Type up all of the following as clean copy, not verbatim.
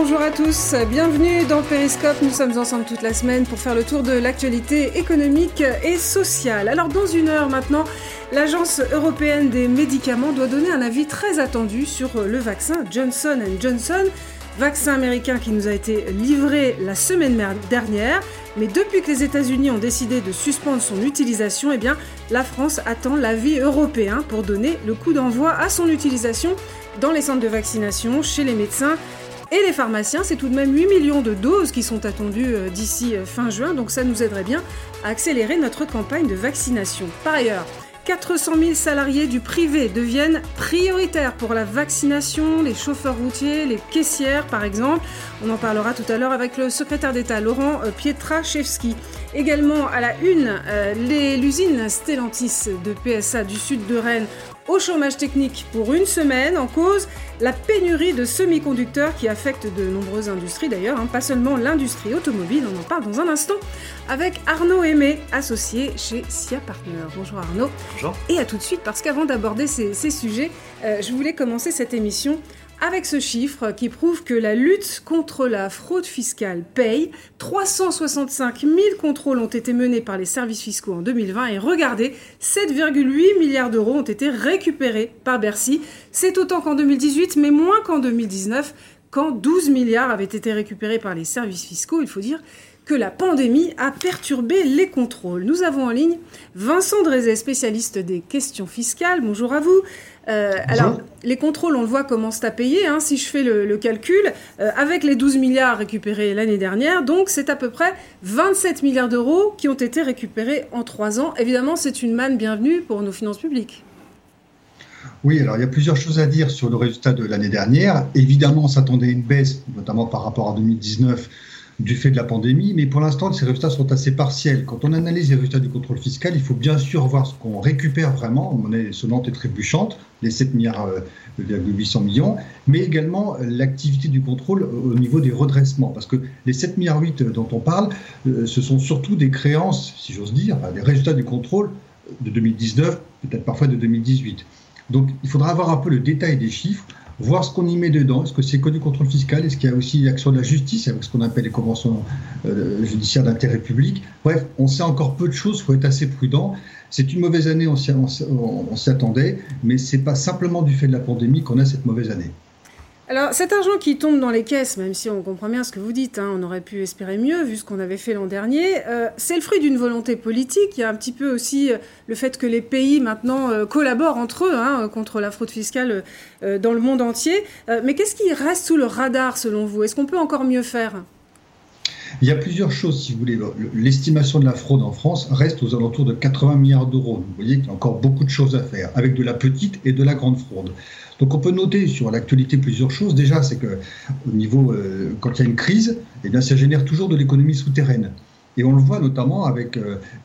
bonjour à tous, bienvenue dans Périscope, nous sommes ensemble toute la semaine pour faire le tour de l'actualité économique et sociale. Alors dans une heure maintenant, l'Agence européenne des médicaments doit donner un avis très attendu sur le vaccin Johnson & Johnson, vaccin américain qui nous a été livré la semaine dernière, mais depuis que les États-Unis ont décidé de suspendre son utilisation, eh bien, la France attend l'avis européen pour donner le coup d'envoi à son utilisation dans les centres de vaccination, chez les médecins et les pharmaciens. C'est tout de même 8 millions de doses qui sont attendues d'ici fin juin, donc ça nous aiderait bien à accélérer notre campagne de vaccination. Par ailleurs, 400 000 salariés du privé deviennent prioritaires pour la vaccination, les chauffeurs routiers, les caissières par exemple. On en parlera tout à l'heure avec le secrétaire d'État Laurent Pietraszewski. Également à la une, l'usine Stellantis de PSA du sud de Rennes au chômage technique pour une semaine, en cause la pénurie de semi-conducteurs qui affecte de nombreuses industries d'ailleurs, pas seulement l'industrie automobile, on en parle dans un instant avec Arnaud Aimé, associé chez SIA Partners. Bonjour Arnaud. Bonjour. Et à tout de suite, parce qu'avant d'aborder ces sujets, je voulais commencer cette émission avec ce chiffre qui prouve que la lutte contre la fraude fiscale paye. 365 000 contrôles ont été menés par les services fiscaux en 2020 et regardez, 7,8 milliards d'euros ont été récupérés par Bercy. C'est autant qu'en 2018, mais moins qu'en 2019, quand 12 milliards avaient été récupérés par les services fiscaux. Il faut dire que la pandémie a perturbé les contrôles. Nous avons en ligne Vincent Drezet, spécialiste des questions fiscales. Bonjour à vous. Alors, les contrôles, on le voit, commencent à payer. Si je fais le calcul, avec les 12 milliards récupérés l'année dernière, donc c'est à peu près 27 milliards d'euros qui ont été récupérés en 3 ans. Évidemment, c'est une manne bienvenue pour nos finances publiques. Oui, alors il y a plusieurs choses à dire sur le résultat de l'année dernière. Évidemment, on s'attendait à une baisse, notamment par rapport à 2019, du fait de la pandémie, mais pour l'instant, ces résultats sont assez partiels. Quand on analyse les résultats du contrôle fiscal, il faut bien sûr voir ce qu'on récupère vraiment, en monnaie sonnante et trébuchante, les 7 milliards 800 millions, mais également l'activité du contrôle au niveau des redressements, parce que les 7 milliards 8 dont on parle, ce sont surtout des créances, si j'ose dire, des résultats du contrôle de 2019, peut-être parfois de 2018. Donc, il faudra avoir un peu le détail des chiffres, voir ce qu'on y met dedans. Est-ce que c'est que du contrôle fiscal? Est-ce qu'il y a aussi l'action de la justice avec ce qu'on appelle les conventions judiciaires d'intérêt public? Bref, on sait encore peu de choses, il faut être assez prudent. C'est une mauvaise année, on s'y attendait, mais ce n'est pas simplement du fait de la pandémie qu'on a cette mauvaise année. Alors, cet argent qui tombe dans les caisses, même si on comprend bien ce que vous dites, on aurait pu espérer mieux vu ce qu'on avait fait l'an dernier, c'est le fruit d'une volonté politique. Il y a un petit peu aussi le fait que les pays maintenant collaborent entre eux contre la fraude fiscale dans le monde entier. Mais qu'est-ce qui reste sous le radar selon vous? Est-ce qu'on peut encore mieux faire? Il y a plusieurs choses, si vous voulez. L'estimation de la fraude en France reste aux alentours de 80 milliards d'euros. Vous voyez qu'il y a encore beaucoup de choses à faire, avec de la petite et de la grande fraude. Donc on peut noter sur l'actualité plusieurs choses. Déjà, c'est qu'au niveau, quand il y a une crise, eh bien, ça génère toujours de l'économie souterraine. Et on le voit notamment avec,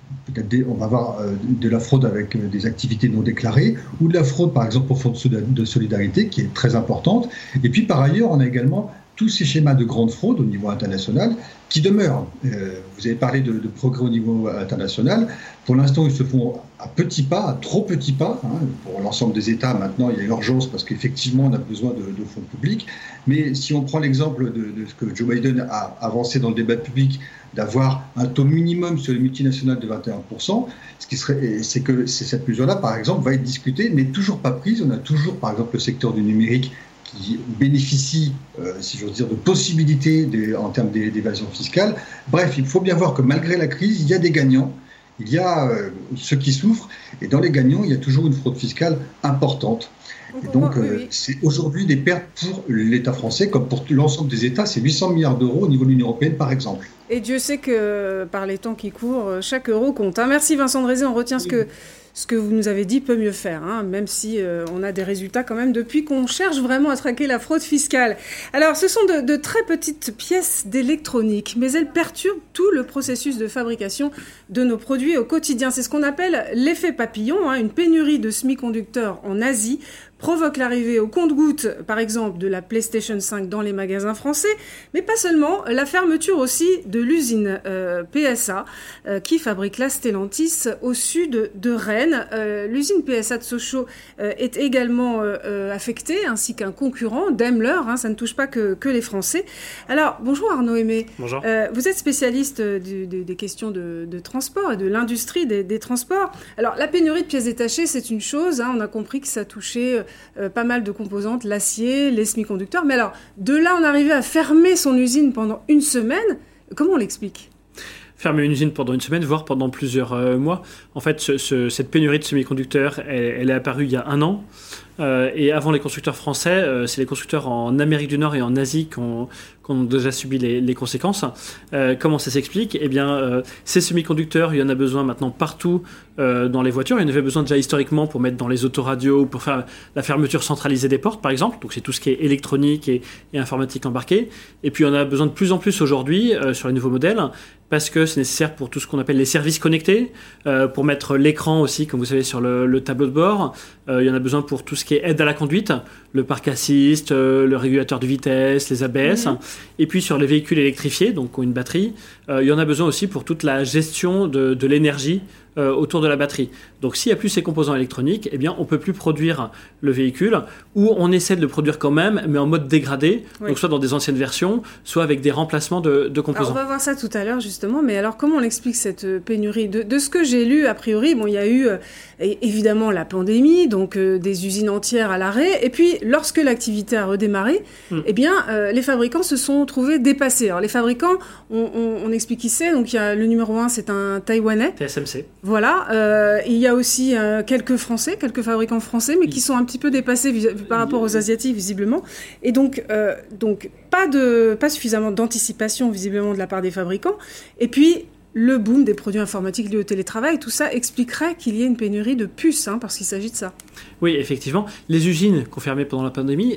on va avoir de la fraude avec des activités non déclarées, ou de la fraude par exemple au fonds de solidarité, qui est très importante. Et puis par ailleurs, on a également tous ces schémas de grande fraude au niveau international qui demeurent. Vous avez parlé de progrès au niveau international. Pour l'instant, ils se font à petits pas, à trop petits pas. Pour l'ensemble des États, maintenant, il y a urgence parce qu'effectivement, on a besoin de fonds publics. Mais si on prend l'exemple de ce que Joe Biden a avancé dans le débat public, d'avoir un taux minimum sur les multinationales de 21%, c'est que cette mesure-là, par exemple, va être discutée, mais toujours pas prise. On a toujours, par exemple, le secteur du numérique qui bénéficie, si j'ose dire, de possibilités en termes d'évasion fiscale. Bref, il faut bien voir que malgré la crise, il y a des gagnants, il y a ceux qui souffrent, et dans les gagnants, il y a toujours une fraude fiscale importante. Et donc, c'est aujourd'hui des pertes pour l'État français, comme pour l'ensemble des États, c'est 800 milliards d'euros au niveau de l'Union européenne, par exemple. Et Dieu sait que, par les temps qui courent, chaque euro compte. Merci Vincent Drezet, on retient ce que vous nous avez dit peut mieux faire, même si on a des résultats quand même depuis qu'on cherche vraiment à traquer la fraude fiscale. Alors, ce sont de très petites pièces d'électronique, mais elles perturbent tout le processus de fabrication de nos produits au quotidien. C'est ce qu'on appelle l'effet papillon, une pénurie de semi-conducteurs en Asie provoque l'arrivée au compte-gouttes, par exemple, de la PlayStation 5 dans les magasins français, mais pas seulement, la fermeture aussi de l'usine PSA qui fabrique la Stellantis au sud de Rennes. L'usine PSA de Sochaux est également affectée, ainsi qu'un concurrent, Daimler, ça ne touche pas que les Français. Alors, bonjour Arnaud Aimé. Bonjour. Vous êtes spécialiste des questions de transport et de l'industrie des transports. Alors, la pénurie de pièces détachées, c'est une chose. On a compris que ça touchait pas mal de composantes, l'acier, les semi-conducteurs. Mais alors, de là, on arrivait à fermer son usine pendant une semaine. Comment on l'explique ? Fermer une usine pendant une semaine, voire pendant plusieurs mois. En fait, cette pénurie de semi-conducteurs, elle est apparue il y a 1 an. Et avant les constructeurs français, c'est les constructeurs en Amérique du Nord et en Asie qui ont déjà subi les conséquences. Comment ça s'explique ? Eh bien, ces semi-conducteurs, il y en a besoin maintenant partout dans les voitures. Il y en avait besoin déjà historiquement pour mettre dans les autoradios, pour faire la fermeture centralisée des portes, par exemple. Donc c'est tout ce qui est électronique et informatique embarquée. Et puis on a besoin de plus en plus aujourd'hui sur les nouveaux modèles, parce que c'est nécessaire pour tout ce qu'on appelle les services connectés, pour mettre l'écran aussi, comme vous savez, sur le tableau de bord. Il y en a besoin pour tout ce qui est aide à la conduite, le parc assist, le régulateur de vitesse, les ABS. Et puis sur les véhicules électrifiés, donc qui ont une batterie, il y en a besoin aussi pour toute la gestion de l'énergie autour de la batterie. Donc s'il n'y a plus ces composants électroniques, eh bien on ne peut plus produire le véhicule, ou on essaie de le produire quand même, mais en mode dégradé, donc soit dans des anciennes versions, soit avec des remplacements de composants. Alors on va voir ça tout à l'heure justement, mais alors comment on explique cette pénurie ? De ce que j'ai lu, a priori, il y a eu évidemment la pandémie, donc des usines entières à l'arrêt, et puis lorsque l'activité a redémarré, eh bien les fabricants se sont trouvés dépassés. Alors les fabricants, on explique qui c'est, donc il y a le numéro 1, c'est un Taïwanais. TSMC. Voilà, il y a aussi quelques fabricants français, mais qui sont un petit peu dépassés par rapport aux Asiatiques, visiblement. Et donc pas suffisamment d'anticipation, visiblement, de la part des fabricants. Et puis, le boom des produits informatiques liés au télétravail, tout ça expliquerait qu'il y ait une pénurie de puces, parce qu'il s'agit de ça. Oui, effectivement. Les usines qu'on fermait pendant la pandémie...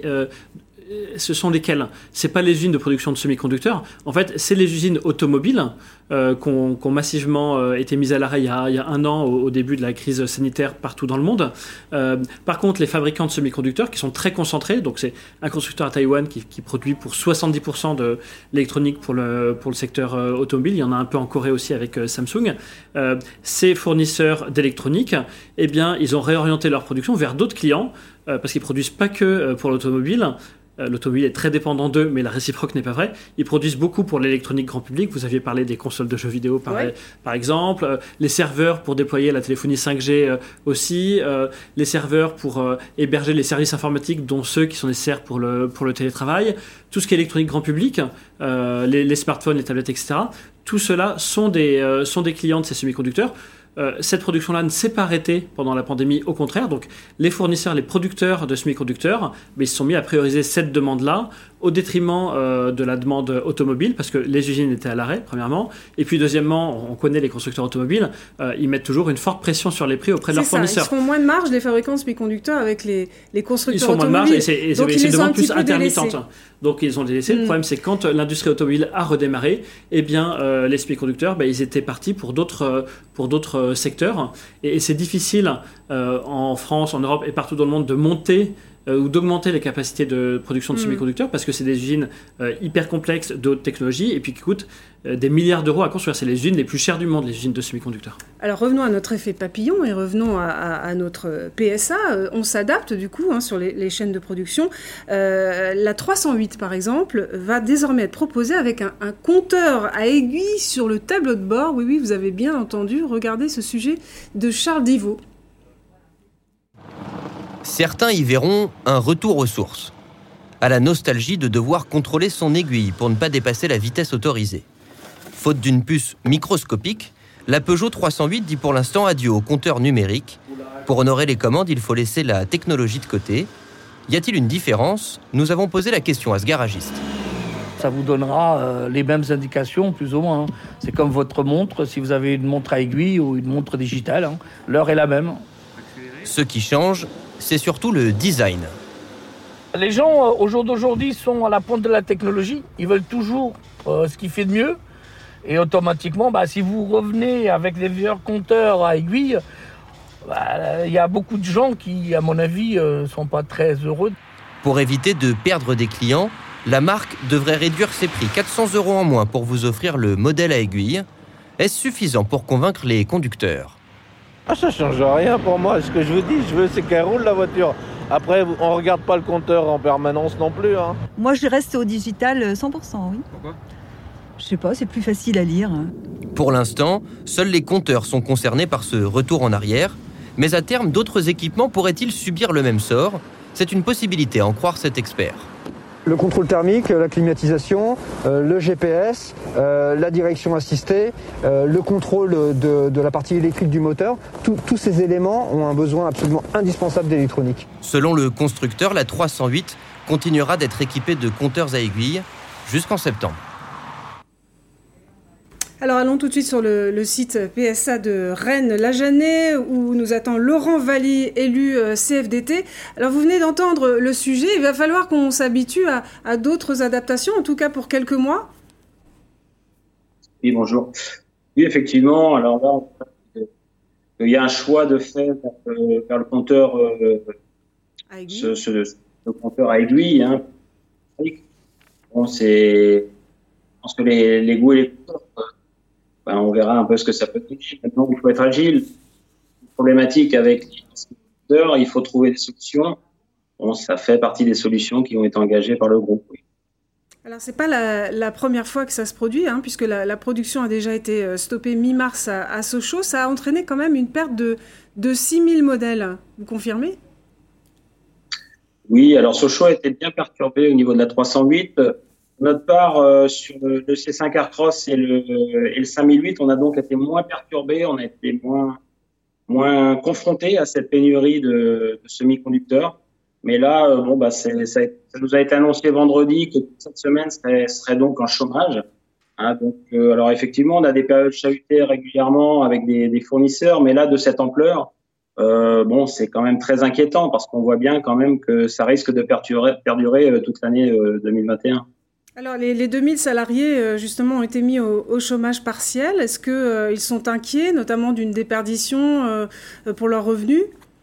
ce sont lesquelles ? C'est pas les usines de production de semi-conducteurs. En fait, c'est les usines automobiles qui ont massivement été mises à l'arrêt il y a 1 an au début de la crise sanitaire partout dans le monde. Par contre, les fabricants de semi-conducteurs qui sont très concentrés, donc c'est un constructeur à Taïwan qui produit pour 70% de l'électronique pour le secteur automobile. Il y en a un peu en Corée aussi avec Samsung. Ces fournisseurs d'électronique, eh bien, ils ont réorienté leur production vers d'autres clients parce qu'ils produisent pas que pour l'automobile. L'automobile est très dépendant d'eux, mais la réciproque n'est pas vraie. Ils produisent beaucoup pour l'électronique grand public. Vous aviez parlé des consoles de jeux vidéo, par exemple. Les serveurs pour déployer la téléphonie 5G aussi. Les serveurs pour héberger les services informatiques, dont ceux qui sont nécessaires pour le télétravail. Tout ce qui est électronique grand public, les smartphones, les tablettes, etc. Tout cela sont des clients de ces semi-conducteurs. Cette production-là ne s'est pas arrêtée pendant la pandémie, au contraire. Donc, les fournisseurs, les producteurs de semi-conducteurs, ils se sont mis à prioriser cette demande-là au détriment de la demande automobile, parce que les usines étaient à l'arrêt, premièrement. Et puis, deuxièmement, on connaît les constructeurs automobiles, ils mettent toujours une forte pression sur les prix auprès de leurs fournisseurs. Ils font moins de marge, les fabricants de semi-conducteurs, avec les constructeurs automobiles. Ils font moins de marge et c'est une demande plus intermittente. Donc, ils ont délaissé. Le problème, c'est que quand l'industrie automobile a redémarré, eh bien, les semi-conducteurs, ils étaient partis pour d'autres secteurs. Et c'est difficile en France, en Europe et partout dans le monde de monter ou d'augmenter les capacités de production de semi-conducteurs, parce que c'est des usines hyper complexes de haute technologie et puis qui coûtent des milliards d'euros à construire. C'est les usines les plus chères du monde, les usines de semi-conducteurs. Alors revenons à notre effet papillon et revenons à notre PSA. On s'adapte du coup sur les chaînes de production. La 308 par exemple va désormais être proposée avec un compteur à aiguille sur le tableau de bord. Oui, vous avez bien entendu. Regardez ce sujet de Charles Divot. Certains y verront un retour aux sources, à la nostalgie de devoir contrôler son aiguille pour ne pas dépasser la vitesse autorisée. Faute d'une puce microscopique, la Peugeot 308 dit pour l'instant adieu au compteur numérique. Pour honorer les commandes, il faut laisser la technologie de côté. Y a-t-il une différence ? Nous avons posé la question à ce garagiste. Ça vous donnera les mêmes indications, plus ou moins. C'est comme votre montre, si vous avez une montre à aiguille ou une montre digitale, l'heure est la même. Ce qui change, c'est surtout le design. Les gens, au jour d'aujourd'hui, sont à la pointe de la technologie. Ils veulent toujours ce qui fait de mieux. Et automatiquement, si vous revenez avec des vieux compteurs à aiguille, Il y a beaucoup de gens qui, à mon avis, sont pas très heureux. Pour éviter de perdre des clients, la marque devrait réduire ses prix 400 € en moins pour vous offrir le modèle à aiguille. Est-ce suffisant pour convaincre les conducteurs ? Ça ne change rien pour moi. Ce que je vous dis, c'est qu'elle roule la voiture. Après, on ne regarde pas le compteur en permanence non plus. Moi, je reste au digital 100%, oui. Pourquoi ? Je sais pas, c'est plus facile à lire. Pour l'instant, seuls les compteurs sont concernés par ce retour en arrière. Mais à terme, d'autres équipements pourraient-ils subir le même sort ? C'est une possibilité, à en croire cet expert. Le contrôle thermique, la climatisation, le GPS, la direction assistée, le contrôle de la partie électrique du moteur, tous ces éléments ont un besoin absolument indispensable d'électronique. Selon le constructeur, la 308 continuera d'être équipée de compteurs à aiguille jusqu'en septembre. Alors allons tout de suite sur le site PSA de Rennes-la-Jeunesse où nous attend Laurent Valli, élu CFDT. Alors vous venez d'entendre le sujet, il va falloir qu'on s'habitue à d'autres adaptations, en tout cas pour quelques mois. Oui, bonjour. Oui, effectivement, alors là, il y a un choix de faire vers le compteur à aiguille. Le compteur à aiguille. Bon, je pense que les goûts et les couleurs, on verra un peu ce que ça peut donner. Maintenant, il faut être agile. Problématique avec les compteurs, il faut trouver des solutions. Bon, ça fait partie des solutions qui ont été engagées par le groupe. Oui. Alors, c'est pas la première fois que ça se produit, puisque la production a déjà été stoppée mi-mars à Sochaux. Ça a entraîné quand même une perte de 6000 modèles. Vous confirmez ? Oui, alors Sochaux a été bien perturbé au niveau de la 308. De notre part, sur le C5 Aircross et le 5008, on a donc été moins perturbés, on a été moins confrontés à cette pénurie de semi-conducteurs. Mais là, ça nous a été annoncé vendredi que cette semaine serait donc en chômage. Alors effectivement, on a des périodes chahutées régulièrement avec des fournisseurs, mais là, de cette ampleur, c'est quand même très inquiétant parce qu'on voit bien quand même que ça risque de perdurer toute l'année 2021. Alors, les 2000 salariés, justement, ont été mis au chômage partiel. Est-ce qu'ils sont inquiets, notamment d'une déperdition pour leurs revenus ?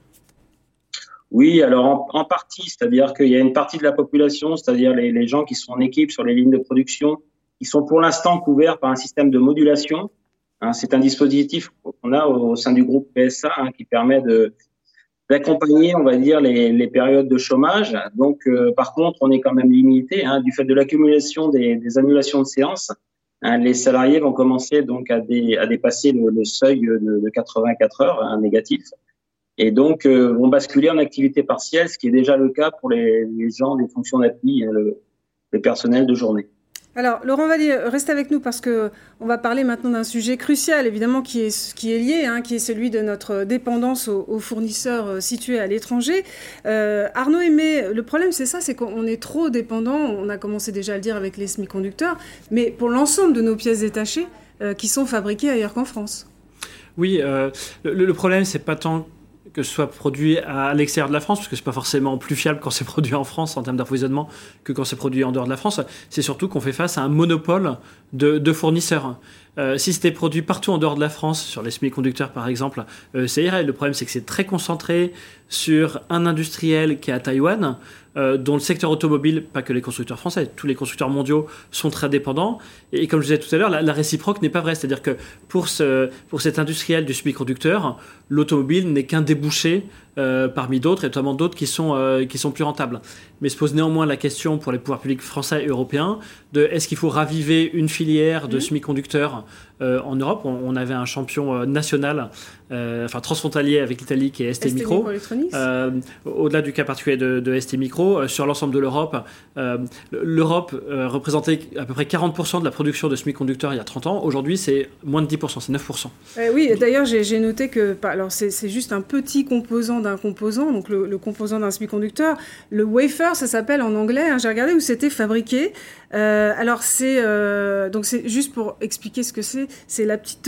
Oui, alors en partie, c'est-à-dire qu'il y a une partie de la population, c'est-à-dire les gens qui sont en équipe sur les lignes de production, qui sont pour l'instant couverts par un système de modulation. C'est un dispositif qu'on a au sein du groupe PSA qui permet d'accompagner, on va dire, les périodes de chômage. Donc, par contre, on est quand même limité du fait de l'accumulation des annulations de séances. Les salariés vont commencer donc à dépasser le seuil de 84 heures négatif et donc vont basculer en activité partielle, ce qui est déjà le cas pour les gens des fonctions d'appui, le personnel de journée. Alors, Laurent Valli, restez avec nous parce que on va parler maintenant d'un sujet crucial, évidemment, qui est lié, qui est celui de notre dépendance aux fournisseurs situés à l'étranger. Arnaud Aimé, le problème, c'est ça, c'est qu'on est trop dépendant. On a commencé déjà à le dire avec les semi-conducteurs, mais pour l'ensemble de nos pièces détachées qui sont fabriquées ailleurs qu'en France. Oui, le problème, c'est pas tant que ce soit produit à l'extérieur de la France, parce que c'est pas forcément plus fiable quand c'est produit en France en termes d'approvisionnement que quand c'est produit en dehors de la France. C'est surtout qu'on fait face à un monopole de fournisseurs. Si c'était produit partout en dehors de la France, sur les semi-conducteurs par exemple, ça irait. Le problème, c'est que c'est très concentré sur un industriel qui est à Taïwan, dont le secteur automobile, pas que les constructeurs français, tous les constructeurs mondiaux sont très dépendants. Et comme je disais tout à l'heure, la réciproque n'est pas vraie. C'est-à-dire que pour cet industriel du semi-conducteur, l'automobile n'est qu'un débouché parmi d'autres, et notamment d'autres qui sont plus rentables. Mais se pose néanmoins la question pour les pouvoirs publics français et européens de est-ce qu'il faut raviver une filière de semi-conducteurs en Europe. On avait un champion national, transfrontalier avec l'Italie qui est ST Micro. Au-delà du cas particulier de ST Micro, sur l'ensemble de l'Europe, l'Europe représentait à peu près 40% de la production de semi-conducteurs il y a 30 ans. Aujourd'hui, c'est moins de 10%, c'est 9%. Oui, d'ailleurs, j'ai noté que c'est juste un petit composant d'un composant, donc le composant d'un semi-conducteur. Le wafer, ça s'appelle en anglais, j'ai regardé où c'était fabriqué. Alors donc c'est juste pour expliquer ce que c'est la petite,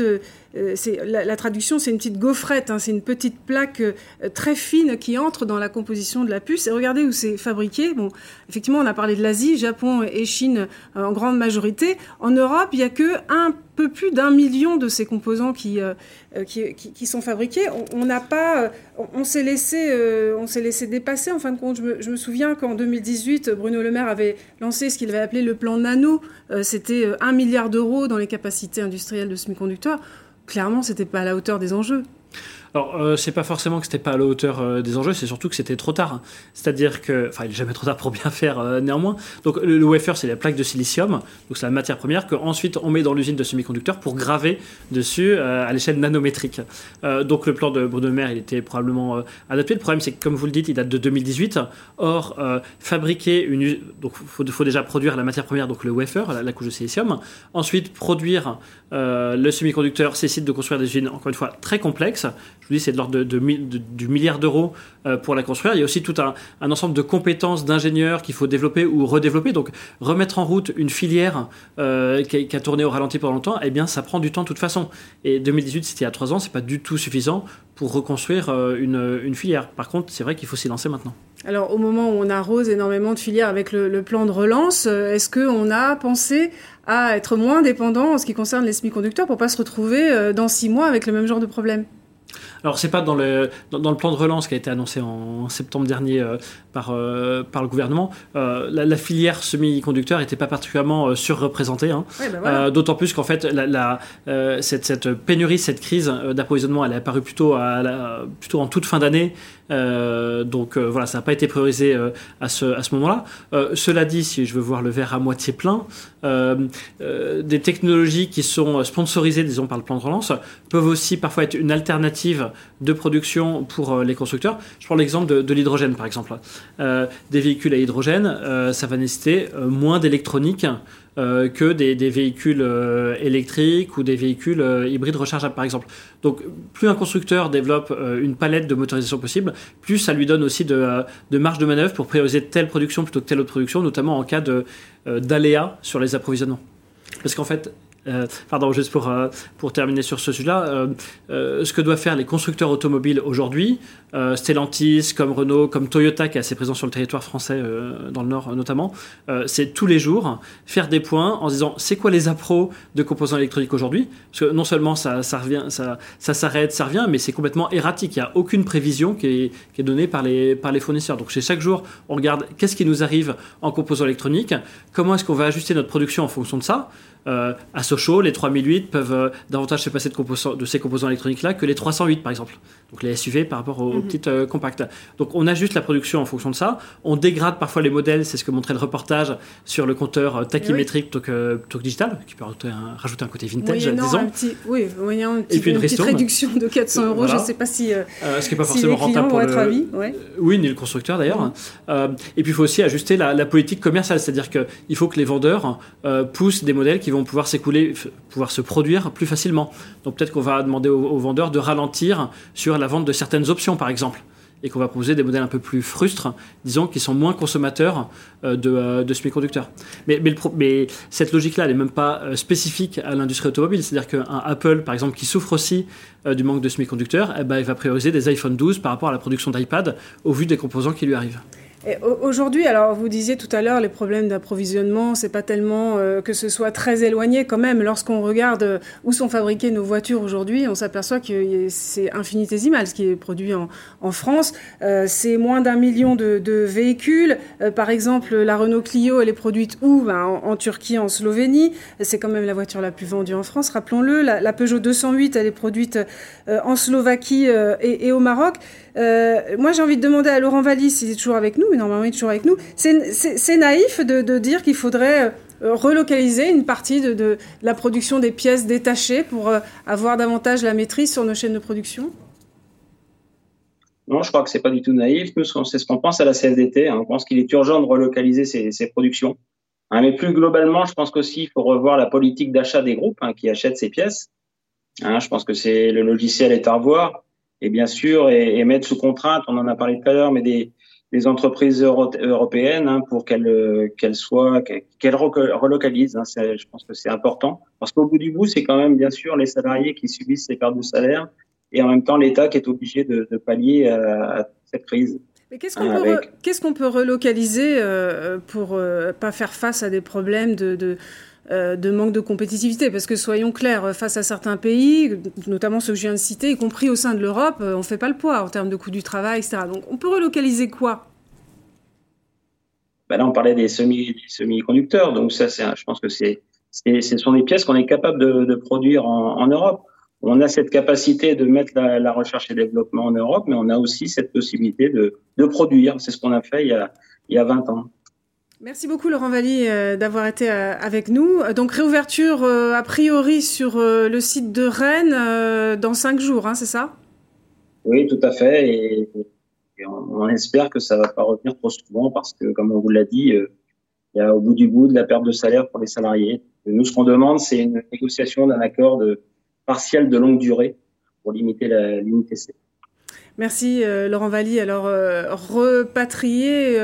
la traduction, c'est une petite gaufrette, hein, c'est une petite plaque très fine qui entre dans la composition de la puce. Et regardez où c'est fabriqué. Bon, effectivement, on a parlé de l'Asie, Japon et Chine en grande majorité. En Europe, il y a que un peu plus d'1 million de ces composants qui sont fabriqués. On n'a pas, on s'est laissé dépasser. En fin de compte, je me souviens qu'en 2018, Bruno Le Maire avait lancé ce qu'il avait appelé le plan nano. C'était 1 milliard d'euros dans les capacités industrielles de semi-conducteurs. Clairement, c'était pas à la hauteur des enjeux. Alors, c'est pas forcément que c'était pas à la hauteur des enjeux, c'est surtout que c'était trop tard. C'est-à-dire que, il n'est jamais trop tard pour bien faire néanmoins. Donc, le wafer, c'est la plaque de silicium, donc c'est la matière première qu'ensuite on met dans l'usine de semi-conducteurs pour graver dessus à l'échelle nanométrique. Donc, le plan de Bruno Le Maire, il était probablement adapté. Le problème, c'est que, comme vous le dites, il date de 2018. Or, fabriquer donc, faut déjà produire la matière première, donc le wafer, la couche de silicium. Ensuite, produire le semi-conducteur, c'est de construire des usines, encore une fois, très complexes. Je vous dis, c'est de l'ordre du milliard d'euros pour la construire. Il y a aussi tout un ensemble de compétences d'ingénieurs qu'il faut développer ou redévelopper. Donc, remettre en route une filière qui a tourné au ralenti pendant longtemps, eh bien, ça prend du temps de toute façon. Et 2018, c'était il y a 3 ans, c'est pas du tout suffisant pour reconstruire une filière. Par contre, c'est vrai qu'il faut s'y lancer maintenant. Alors, au moment où on arrose énormément de filières avec le plan de relance, est-ce qu'on a pensé à être moins dépendant en ce qui concerne les semi-conducteurs pour pas se retrouver dans 6 mois avec le même genre de problème ? Alors, c'est pas dans le plan de relance qui a été annoncé en septembre dernier par le gouvernement. La filière semi-conducteur n'était pas particulièrement surreprésentée. Hein. Ouais, ben voilà. D'autant plus qu'en fait, cette pénurie, cette crise d'approvisionnement, elle est apparue plutôt en toute fin d'année. Donc voilà, ça n'a pas été priorisé à ce moment-là. Cela dit, si je veux voir le verre à moitié plein, des technologies qui sont sponsorisées, disons, par le plan de relance, peuvent aussi parfois être une alternative de production pour les constructeurs. Je prends l'exemple de l'hydrogène, par exemple. Des véhicules à hydrogène, ça va nécessiter moins d'électronique que des véhicules électriques ou des véhicules hybrides rechargeables, par exemple. Donc, plus un constructeur développe une palette de motorisation possible, plus ça lui donne aussi de marge de manœuvre pour prioriser telle production plutôt que telle autre production, notamment en cas d'aléas sur les approvisionnements. Parce qu'en fait, juste pour terminer sur ce sujet-là, ce que doivent faire les constructeurs automobiles aujourd'hui, Stellantis, comme Renault, comme Toyota, qui est assez présent sur le territoire français, dans le Nord notamment, c'est tous les jours faire des points en se disant c'est quoi les appros de composants électroniques aujourd'hui, parce que non seulement ça s'arrête, ça revient, mais c'est complètement erratique. Il n'y a aucune prévision qui est donnée par les fournisseurs. Donc chaque jour, on regarde qu'est-ce qui nous arrive en composants électroniques, comment est-ce qu'on va ajuster notre production en fonction de ça. À Sochaux, les 3008 peuvent davantage se passer de ces composants électroniques-là que les 308, par exemple. Donc les SUV par rapport aux petites compactes. Donc on ajuste la production en fonction de ça. On dégrade parfois les modèles, c'est ce que montrait le reportage sur le compteur tachymétrique plutôt que digital, qui peut rajouter un côté vintage, disons. Et puis une petite réduction de 400 €, voilà. Je ne sais pas si ce qui n'est pas forcément rentable pour avis. Ouais. Oui, ni le constructeur d'ailleurs. Et puis il faut aussi ajuster la politique commerciale, c'est-à-dire qu'il faut que les vendeurs poussent des modèles qui vont pouvoir se produire plus facilement. Donc peut-être qu'on va demander aux vendeurs de ralentir sur la vente de certaines options, par exemple, et qu'on va proposer des modèles un peu plus frustres, disons, qui sont moins consommateurs de semi-conducteurs. Mais cette logique-là, elle n'est même pas spécifique à l'industrie automobile. C'est-à-dire qu'un Apple, par exemple, qui souffre aussi du manque de semi-conducteurs, il va prioriser des iPhone 12 par rapport à la production d'iPad au vu des composants qui lui arrivent. Et aujourd'hui, alors vous disiez tout à l'heure, les problèmes d'approvisionnement, c'est pas tellement que ce soit très éloigné quand même. Lorsqu'on regarde où sont fabriquées nos voitures aujourd'hui, on s'aperçoit que c'est infinitésimal ce qui est produit en France. C'est moins d'1 million de véhicules. Par exemple, la Renault Clio, elle est produite où ? En Turquie, en Slovénie. C'est quand même la voiture la plus vendue en France, rappelons-le. La Peugeot 208, elle est produite en Slovaquie et au Maroc. Moi, j'ai envie de demander à Laurent Vallis, s'il est toujours avec nous, mais normalement il est toujours avec nous. C'est naïf de dire qu'il faudrait relocaliser une partie de la production des pièces détachées pour avoir davantage la maîtrise sur nos chaînes de production ? Non, je crois que c'est pas du tout naïf. Nous, c'est ce qu'on pense à la CFDT. On pense qu'il est urgent de relocaliser ces productions. Mais plus globalement, je pense qu'aussi il faut revoir la politique d'achat des groupes qui achètent ces pièces. Je pense que le logiciel est à revoir. Et bien sûr, et mettre sous contrainte, on en a parlé tout à l'heure, mais des des entreprises européennes pour qu'elles relocalisent. Je pense que c'est important parce qu'au bout du bout, c'est quand même bien sûr les salariés qui subissent ces pertes de salaire et en même temps l'État qui est obligé de pallier à cette crise. Mais qu'est-ce qu'on peut relocaliser pour pas faire face à des problèmes de manque de compétitivité? Parce que soyons clairs, face à certains pays, notamment ceux que je viens de citer, y compris au sein de l'Europe, on ne fait pas le poids en termes de coût du travail, etc. Donc on peut relocaliser quoi? Là, on parlait des semi-conducteurs. Donc ça, je pense que ce sont des pièces qu'on est capable de produire en Europe. On a cette capacité de mettre la recherche et développement en Europe, mais on a aussi cette possibilité de produire. C'est ce qu'on a fait il y a 20 ans. Merci beaucoup Laurent Valli d'avoir été avec nous. Donc réouverture a priori sur le site de Rennes dans 5 jours, c'est ça? Oui, tout à fait. Et on espère que ça ne va pas revenir trop souvent parce que, comme on vous l'a dit, il y a au bout du bout de la perte de salaire pour les salariés. Nous, ce qu'on demande, c'est une négociation d'un accord partiel de longue durée pour limiter l'ITC. Merci Laurent Valli. Alors, rapatrier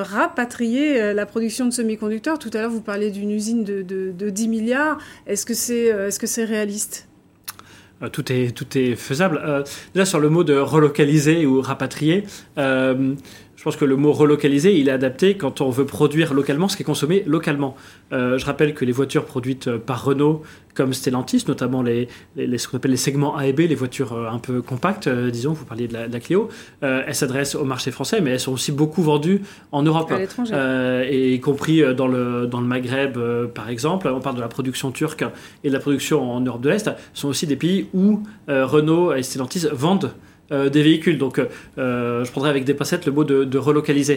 la production de semi-conducteurs. Tout à l'heure, vous parliez d'une usine de 10 milliards. Est-ce que c'est réaliste ? Tout est faisable. Déjà, sur le mot de relocaliser ou rapatrier, je pense que le mot relocaliser, il est adapté quand on veut produire localement ce qui est consommé localement. Je rappelle que les voitures produites par Renault, comme Stellantis, notamment ce qu'on appelle les segments A et B, les voitures un peu compactes, disons, vous parliez de la Clio, elles s'adressent au marché français, mais elles sont aussi beaucoup vendues en Europe, à l'étranger. Et y compris dans le Maghreb, par exemple. On parle de la production turque et de la production en Europe de l'Est. Ce sont aussi des pays où Renault et Stellantis vendent des véhicules. Donc, je prendrais avec des pincettes le mot de relocaliser.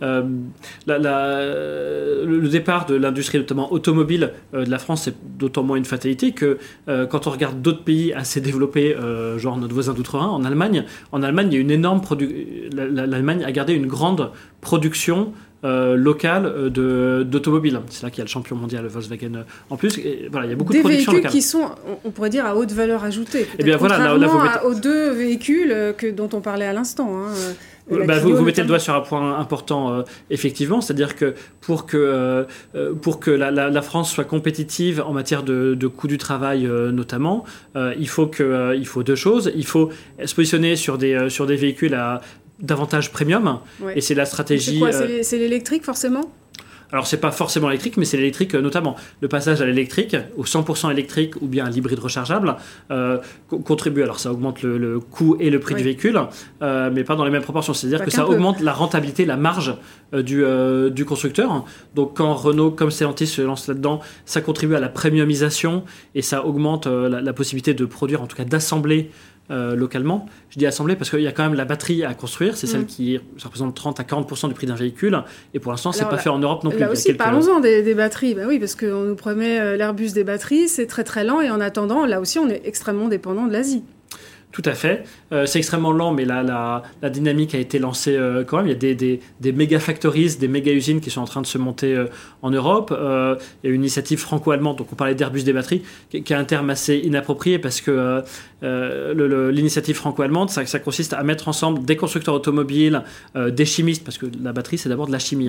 Le départ de l'industrie, notamment automobile, de la France, c'est d'autant moins une fatalité que quand on regarde d'autres pays assez développés, genre notre voisin d'outre-Rhin, en Allemagne, il y a une énorme l'Allemagne a gardé une grande production locale d'automobiles. C'est là qu'il y a le champion mondial Volkswagen en plus. Et voilà, il y a beaucoup de production locale. Des véhicules qui sont, on pourrait dire, à haute valeur ajoutée. Et bien voilà, là, aux deux véhicules dont on parlait à l'instant. Vous mettez le doigt sur un point important, effectivement, c'est-à-dire que pour que la France soit compétitive en matière de coût du travail, notamment, il faut deux choses. Il faut se positionner sur des véhicules à davantage premium, et c'est la stratégie. C'est quoi, c'est l'électrique forcément ? Alors c'est pas forcément électrique, mais c'est l'électrique notamment. Le passage à l'électrique, au 100% électrique ou bien à l'hybride rechargeable, contribue. Alors ça augmente le coût et le prix du véhicule, mais pas dans les mêmes proportions. C'est-à-dire que ça augmente la rentabilité, la marge du constructeur. Donc quand Renault comme Stellantis se lance là-dedans, ça contribue à la premiumisation et ça augmente la possibilité de produire, en tout cas d'assembler localement. Je dis assembler parce qu'il y a quand même la batterie à construire, c'est celle qui représente 30 à 40% du prix d'un véhicule, et pour l'instant c'est pas fait en Europe non plus. Là aussi, parlons-en des batteries. Oui, parce qu'on nous promet l'Airbus des batteries, c'est très très lent, et en attendant, là aussi on est extrêmement dépendant de l'Asie. Tout à fait. C'est extrêmement lent, mais la dynamique a été lancée quand même. Il y a des méga factories, des méga usines qui sont en train de se monter en Europe. Il y a une initiative franco-allemande, donc on parlait d'Airbus des batteries, qui a un terme assez inapproprié parce que l'initiative franco-allemande, ça consiste à mettre ensemble des constructeurs automobiles, des chimistes, parce que la batterie c'est d'abord de la chimie,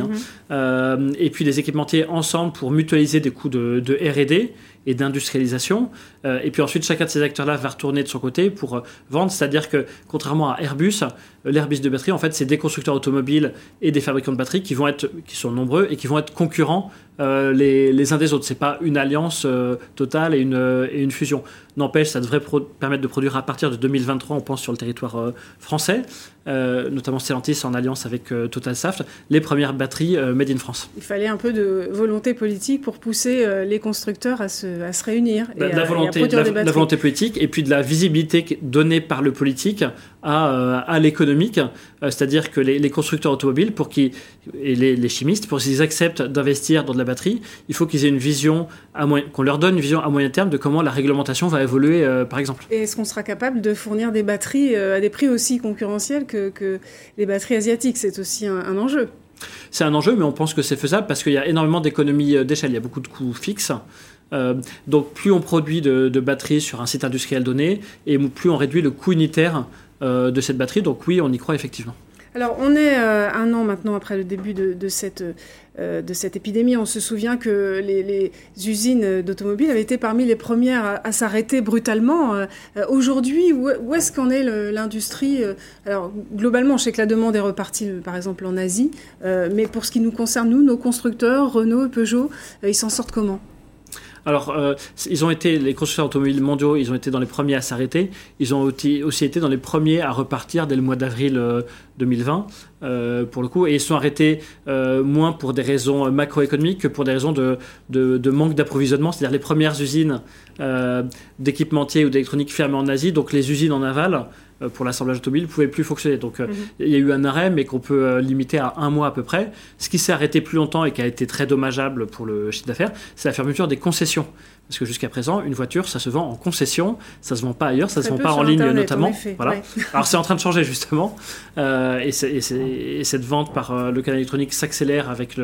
et puis des équipementiers ensemble pour mutualiser des coûts de R&D et d'industrialisation. Et puis ensuite, chacun de ces acteurs-là va retourner de son côté pour vendre. C'est-à-dire que, contrairement à Airbus, l'Airbus de batterie, en fait, c'est des constructeurs automobiles et des fabricants de batteries qui sont nombreux et qui vont être concurrents les uns des autres. C'est pas une alliance totale et une fusion. N'empêche, ça devrait permettre de produire à partir de 2023, on pense, sur le territoire français, notamment Stellantis en alliance avec Total Saft, les premières batteries made in France. Il fallait un peu de volonté politique pour pousser les constructeurs à se réunir et à produire des batteries. La volonté politique et puis de la visibilité donnée par le politique à l'économique, c'est-à-dire que les constructeurs automobiles et les chimistes, pour qu'ils acceptent d'investir dans de la batterie, il faut qu'ils aient une vision qu'on leur donne une vision à moyen terme de comment la réglementation va évoluer, par exemple. Et est-ce qu'on sera capable de fournir des batteries à des prix aussi concurrentiels que les batteries asiatiques ? C'est aussi un enjeu. C'est un enjeu, mais on pense que c'est faisable parce qu'il y a énormément d'économies d'échelle. Il y a beaucoup de coûts fixes. Donc plus on produit de batteries sur un site industriel donné, et plus on réduit le coût unitaire de cette batterie. Donc oui, on y croit effectivement. Alors, on est 1 an maintenant après le début de cette épidémie. On se souvient que les usines d'automobiles avaient été parmi les premières à s'arrêter brutalement. Aujourd'hui, où est-ce qu'en est l'industrie ? Alors, globalement, je sais que la demande est repartie, par exemple, en Asie. Mais pour ce qui nous concerne, nous, nos constructeurs, Renault, Peugeot, ils s'en sortent comment ? Alors, les constructeurs automobiles mondiaux, ils ont été dans les premiers à s'arrêter. Ils ont aussi été dans les premiers à repartir dès le mois d'avril 2020, pour le coup. Et ils sont arrêtés moins pour des raisons macroéconomiques que pour des raisons de manque d'approvisionnement. C'est-à-dire les premières usines d'équipementiers ou d'électronique fermées en Asie, donc les usines en aval, pour l'assemblage automobile, ne pouvaient plus fonctionner. Donc, il y a eu un arrêt, mais qu'on peut limiter à 1 mois à peu près. Ce qui s'est arrêté plus longtemps et qui a été très dommageable pour le chiffre d'affaires, c'est la fermeture des concessions. Parce que jusqu'à présent, une voiture, ça se vend en concession, ça se vend pas ailleurs, ça se vend pas en ligne notamment. Voilà. Ouais. Alors c'est en train de changer justement, et cette vente par le canal électronique s'accélère avec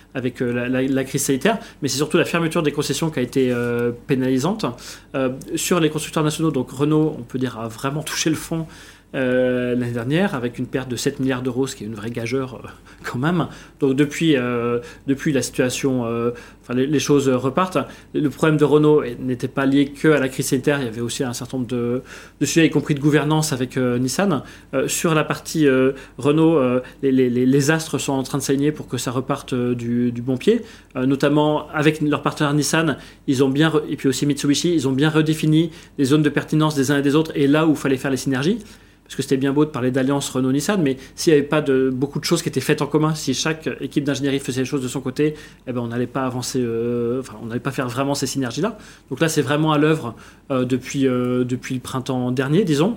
la crise sanitaire, mais c'est surtout la fermeture des concessions qui a été pénalisante. Sur les constructeurs nationaux, donc Renault, on peut dire, a vraiment touché le fond l'année dernière, avec une perte de 7 milliards d'euros, ce qui est une vraie gageure quand même. Donc depuis la situation, les choses repartent. Le problème de Renault n'était pas lié que à la crise sanitaire, il y avait aussi un certain nombre de sujets, y compris de gouvernance avec Nissan. Sur la partie Renault, les astres sont en train de s'aligner pour que ça reparte du bon pied, notamment avec leur partenaire Nissan, et puis aussi Mitsubishi, ils ont bien redéfini les zones de pertinence des uns et des autres, et là où il fallait faire les synergies. Parce que c'était bien beau de parler d'alliance Renault-Nissan, mais s'il n'y avait pas beaucoup de choses qui étaient faites en commun, si chaque équipe d'ingénierie faisait les choses de son côté, on n'allait pas avancer, on n'allait pas faire vraiment ces synergies-là. Donc là, c'est vraiment à l'œuvre depuis le printemps dernier, disons.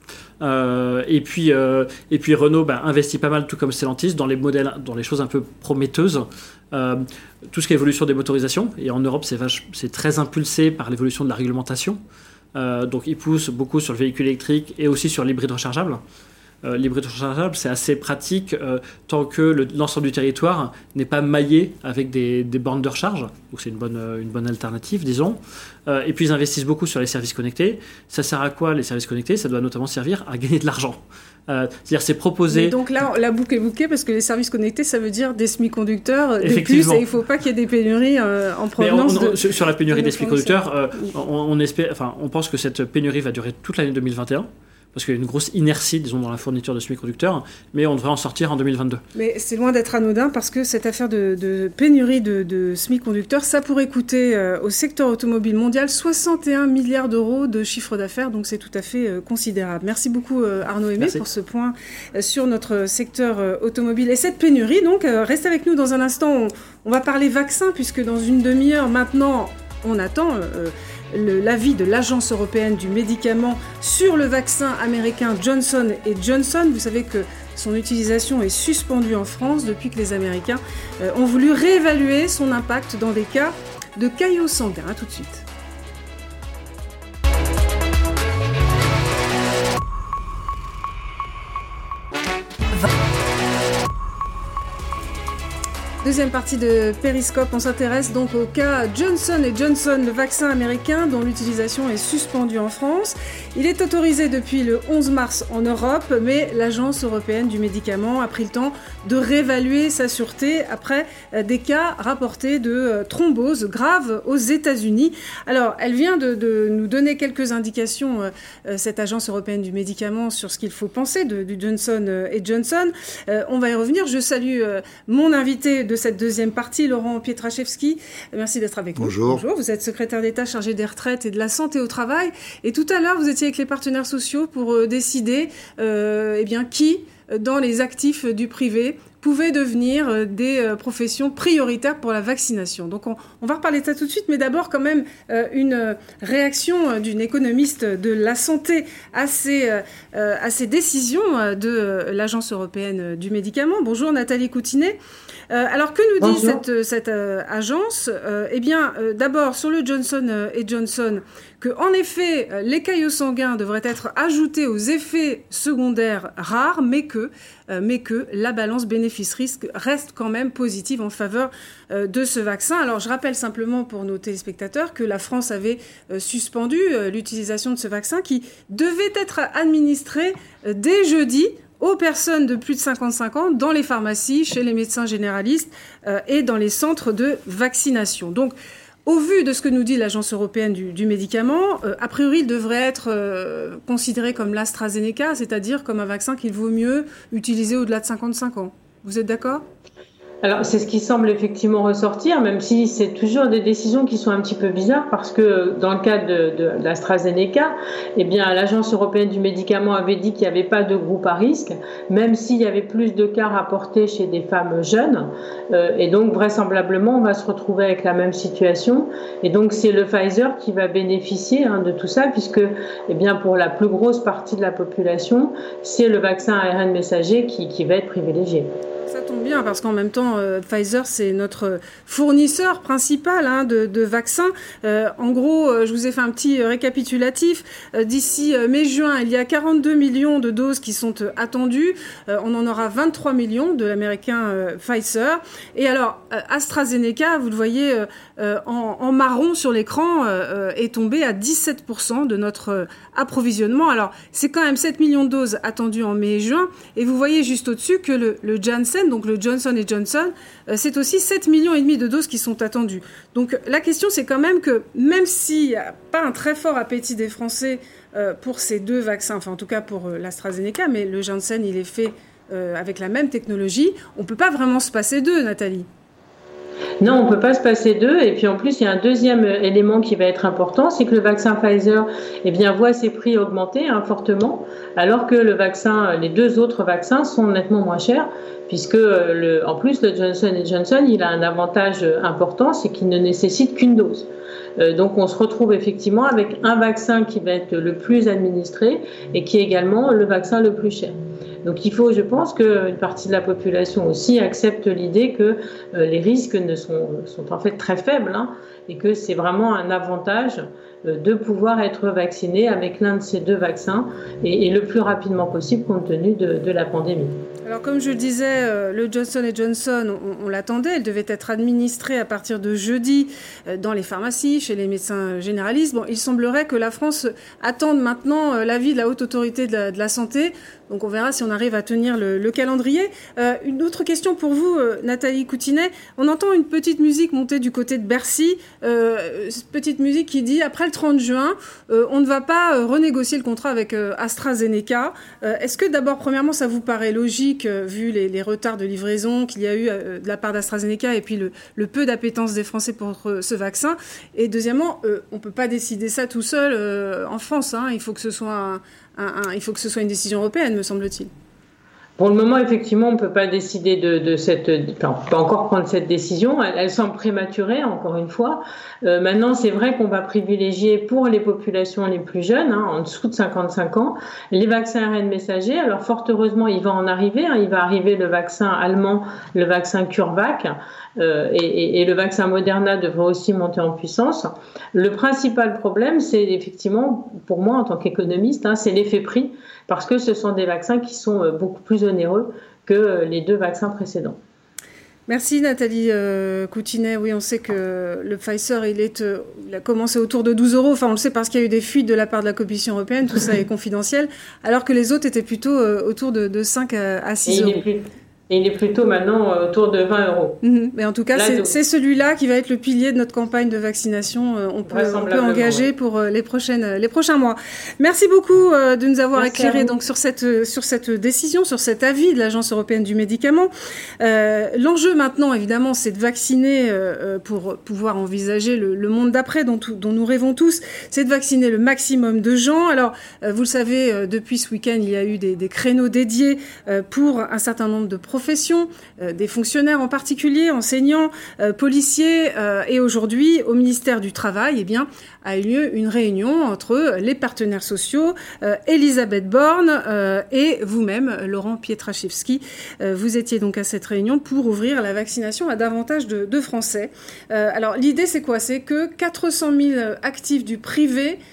Et puis Renault investit pas mal, tout comme Stellantis, dans les modèles, dans les choses un peu prometteuses. Tout ce qui est évolution des motorisations. Et en Europe, c'est très impulsé par l'évolution de la réglementation. Donc ils poussent beaucoup sur le véhicule électrique et aussi sur l'hybride rechargeable. L'hybride rechargeable, c'est assez pratique tant que l'ensemble du territoire n'est pas maillé avec des bornes de recharge. Donc c'est une bonne alternative, disons. Et puis ils investissent beaucoup sur les services connectés. Ça sert à quoi, les services connectés ? Ça doit notamment servir à gagner de l'argent. C'est-à-dire c'est proposé... Mais donc là, la boucle est bouquée parce que les services connectés, ça veut dire des semi-conducteurs, des puces, et il ne faut pas qu'il y ait des pénuries en provenance sur la pénurie des semi-conducteurs, on pense que cette pénurie va durer toute l'année 2021. Parce qu'il y a une grosse inertie, disons, dans la fourniture de semi-conducteurs, mais on devrait en sortir en 2022. Mais c'est loin d'être anodin, parce que cette affaire de pénurie de semi-conducteurs, ça pourrait coûter au secteur automobile mondial 61 milliards d'euros de chiffre d'affaires, donc c'est tout à fait considérable. Merci beaucoup Arnaud Aimé pour ce point sur notre secteur automobile. Et cette pénurie, donc, reste avec nous dans un instant, on va parler vaccin, puisque dans une demi-heure maintenant, on attend... l'avis de l'Agence européenne du médicament sur le vaccin américain Johnson & Johnson. Vous savez que son utilisation est suspendue en France depuis que les Américains ont voulu réévaluer son impact dans des cas de caillots sanguins. À tout de suite. Deuxième partie de Périscope, on s'intéresse donc au cas Johnson & Johnson, le vaccin américain dont l'utilisation est suspendue en France. Il est autorisé depuis le 11 mars en Europe, mais l'Agence européenne du médicament a pris le temps de réévaluer sa sûreté après des cas rapportés de thrombose grave aux États-Unis. Alors, elle vient de nous donner quelques indications, cette Agence européenne du médicament, sur ce qu'il faut penser du Johnson & Johnson. On va y revenir. Je salue mon invité de cette deuxième partie, Laurent Pietraszewski. Merci d'être avec nous. Bonjour. Bonjour. Vous êtes secrétaire d'État chargé des retraites et de la santé au travail. Et tout à l'heure, vous étiez avec les partenaires sociaux pour décider qui, dans les actifs du privé, pouvaient devenir des professions prioritaires pour la vaccination. Donc on va reparler de ça tout de suite, mais d'abord quand même une réaction d'une économiste de la santé à ces décisions de l'Agence européenne du médicament. Bonjour Nathalie Coutinet. Alors que nous dit cette agence ? D'abord sur le Johnson & Johnson, que en effet les caillots sanguins devraient être ajoutés aux effets secondaires rares, mais que la balance bénéfice-risque reste quand même positive en faveur de ce vaccin. Alors je rappelle simplement pour nos téléspectateurs que la France avait suspendu l'utilisation de ce vaccin qui devait être administré dès jeudi aux personnes de plus de 55 ans dans les pharmacies, chez les médecins généralistes et dans les centres de vaccination. Donc, au vu de ce que nous dit l'Agence européenne du médicament, a priori, il devrait être considéré comme l'AstraZeneca, c'est-à-dire comme un vaccin qu'il vaut mieux utiliser au-delà de 55 ans. Vous êtes d'accord ? Alors, c'est ce qui semble effectivement ressortir, même si c'est toujours des décisions qui sont un petit peu bizarres, parce que dans le cas de l'AstraZeneca, eh bien, l'Agence européenne du médicament avait dit qu'il n'y avait pas de groupe à risque, même s'il y avait plus de cas rapportés chez des femmes jeunes. Et donc, vraisemblablement, on va se retrouver avec la même situation. Et donc, c'est le Pfizer qui va bénéficier de tout ça, puisque, eh bien, pour la plus grosse partie de la population, c'est le vaccin ARN messager qui va être privilégié. Ça tombe bien parce qu'en même temps, Pfizer, c'est notre fournisseur principal de vaccins. En gros, je vous ai fait un petit récapitulatif. D'ici mai-juin, il y a 42 millions de doses qui sont attendues. On en aura 23 millions de l'américain Pfizer. Et alors, AstraZeneca, vous le voyez en marron sur l'écran, est tombé à 17% de notre approvisionnement. Alors, c'est quand même 7 millions de doses attendues en mai et juin. Et vous voyez juste au-dessus que le Janssen, donc le Johnson & Johnson, c'est aussi 7,5 millions de doses qui sont attendues. Donc la question, c'est quand même que même s'il n'y a pas un très fort appétit des Français pour ces deux vaccins, enfin en tout cas pour l'AstraZeneca, mais le Janssen, il est fait avec la même technologie, on ne peut pas vraiment se passer d'eux, Nathalie. Non, on ne peut pas se passer d'eux. Et puis en plus, il y a un deuxième élément qui va être important, c'est que le vaccin Pfizer voit ses prix augmenter fortement, alors que les deux autres vaccins sont nettement moins chers, puisque en plus, le Johnson & Johnson, il a un avantage important, c'est qu'il ne nécessite qu'une dose. Donc on se retrouve effectivement avec un vaccin qui va être le plus administré et qui est également le vaccin le plus cher. Donc il faut, je pense, qu'une partie de la population aussi accepte l'idée que les risques sont en fait très faibles et que c'est vraiment un avantage de pouvoir être vacciné avec l'un de ces deux vaccins et le plus rapidement possible compte tenu de la pandémie. Alors comme je le disais, le Johnson & Johnson, on l'attendait, elle devait être administrée à partir de jeudi dans les pharmacies, chez les médecins généralistes. Bon, il semblerait que la France attende maintenant l'avis de la Haute Autorité de la Santé. Donc on verra si on arrive à tenir le calendrier. Une autre question pour vous, Nathalie Coutinet. On entend une petite musique monter du côté de Bercy, petite musique qui dit après le 30 juin, on ne va pas renégocier le contrat avec AstraZeneca. Est-ce que d'abord, premièrement, ça vous paraît logique vu les retards de livraison qu'il y a eu de la part d'AstraZeneca et puis le peu d'appétence des Français pour ce vaccin? Et deuxièmement, on ne peut pas décider ça tout seul en France. Il faut que ce soit une décision européenne, me semble-t-il. Pour le moment, effectivement, on ne peut pas décider on peut pas encore prendre cette décision. Elle semble prématurée, encore une fois. Maintenant, c'est vrai qu'on va privilégier pour les populations les plus jeunes, en dessous de 55 ans, les vaccins ARN messagers. Alors, fort heureusement, il va en arriver. Il va arriver le vaccin allemand, le vaccin CureVac, et le vaccin Moderna devrait aussi monter en puissance. Le principal problème, c'est effectivement, pour moi, en tant qu'économiste, c'est l'effet prix, parce que ce sont des vaccins qui sont beaucoup plus onéreux que les deux vaccins précédents. Merci Nathalie Coutinet. Oui, on sait que le Pfizer, il a commencé autour de 12 €. Enfin, on le sait parce qu'il y a eu des fuites de la part de la Commission européenne. Tout ça est confidentiel. Alors que les autres étaient plutôt autour de 5 à 6 €. Et il est plutôt maintenant autour de 20 €. Mais en tout cas, c'est celui-là qui va être le pilier de notre campagne de vaccination. On peut engager pour les prochains mois. Merci beaucoup de nous avoir éclairé donc sur cette décision, sur cet avis de l'Agence européenne du médicament. L'enjeu maintenant, évidemment, c'est de vacciner pour pouvoir envisager le monde d'après dont nous rêvons tous. C'est de vacciner le maximum de gens. Alors, vous le savez, depuis ce week-end, il y a eu des créneaux dédiés pour un certain nombre de professions, des fonctionnaires en particulier, enseignants, policiers, et aujourd'hui, au ministère du Travail, a eu lieu une réunion entre les partenaires sociaux, Elisabeth Borne et vous-même, Laurent Pietraszewski. Vous étiez donc à cette réunion pour ouvrir la vaccination à davantage de Français. Alors, l'idée, c'est quoi? C'est que 400 000 actifs du privé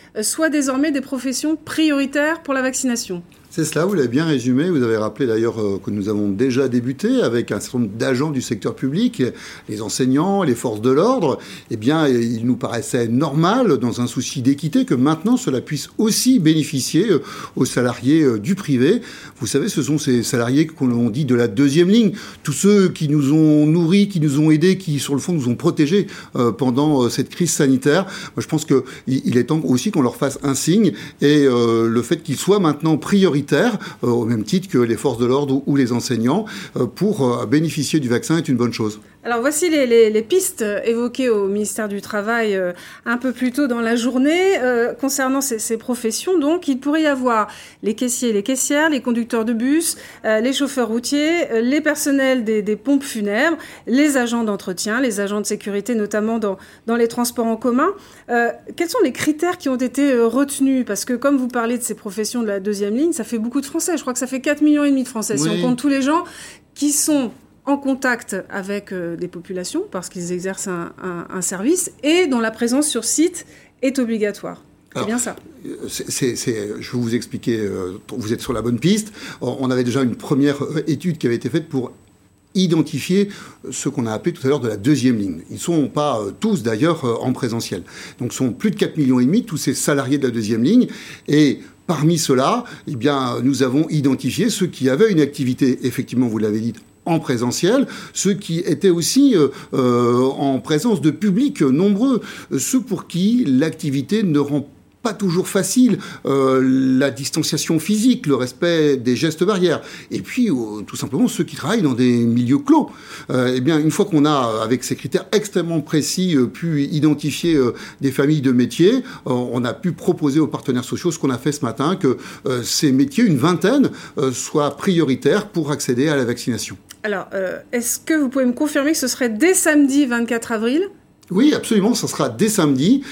soient désormais des professions prioritaires pour la vaccination. C'est cela, vous l'avez bien résumé. Vous avez rappelé d'ailleurs que nous avons déjà débuté avec un certain nombre d'agents du secteur public, les enseignants, les forces de l'ordre. Eh bien, il nous paraissait normal, dans un souci d'équité, que maintenant cela puisse aussi bénéficier aux salariés du privé. Vous savez, ce sont ces salariés qu'on dit de la deuxième ligne, tous ceux qui nous ont nourris, qui nous ont aidés, qui sur le fond nous ont protégés pendant cette crise sanitaire. Moi, je pense qu'il est temps aussi qu'on leur fasse un signe, et le fait qu'ils soient maintenant prioritaires, au même titre que les forces de l'ordre ou les enseignants, pour bénéficier du vaccin est une bonne chose. Alors voici les pistes évoquées au ministère du Travail un peu plus tôt dans la journée concernant ces professions. Donc il pourrait y avoir les caissiers et les caissières, les conducteurs de bus, les chauffeurs routiers, les personnels des pompes funèbres, les agents d'entretien, les agents de sécurité notamment dans les transports en commun. Quels sont les critères qui ont été retenus? Parce que comme vous parlez de ces professions de la deuxième ligne, ça fait beaucoup de Français. Je crois que ça fait 4,5 millions de Français. Oui. Si on compte tous les gens qui sont en contact avec des populations parce qu'ils exercent un service et dont la présence sur site est obligatoire. C'est bien ça. Je vais vous expliquer, vous êtes sur la bonne piste. On avait déjà une première étude qui avait été faite pour identifier ce qu'on a appelé tout à l'heure de la deuxième ligne. Ils ne sont pas tous d'ailleurs en présentiel. Donc ce sont plus de 4,5 millions tous ces salariés de la deuxième ligne, et parmi ceux-là, eh bien, nous avons identifié ceux qui avaient une activité, effectivement, vous l'avez dit, en présentiel, ceux qui étaient aussi en présence de publics nombreux, ceux pour qui l'activité ne rend pas toujours facile, la distanciation physique, le respect des gestes barrières. Et puis, tout simplement, ceux qui travaillent dans des milieux clos. Eh bien, une fois qu'on a, avec ces critères extrêmement précis, pu identifier des familles de métiers, on a pu proposer aux partenaires sociaux ce qu'on a fait ce matin, que ces métiers, une vingtaine, soient prioritaires pour accéder à la vaccination. Alors, est-ce que vous pouvez me confirmer que ce serait dès samedi 24 avril ? Oui, absolument. Ça sera dès samedi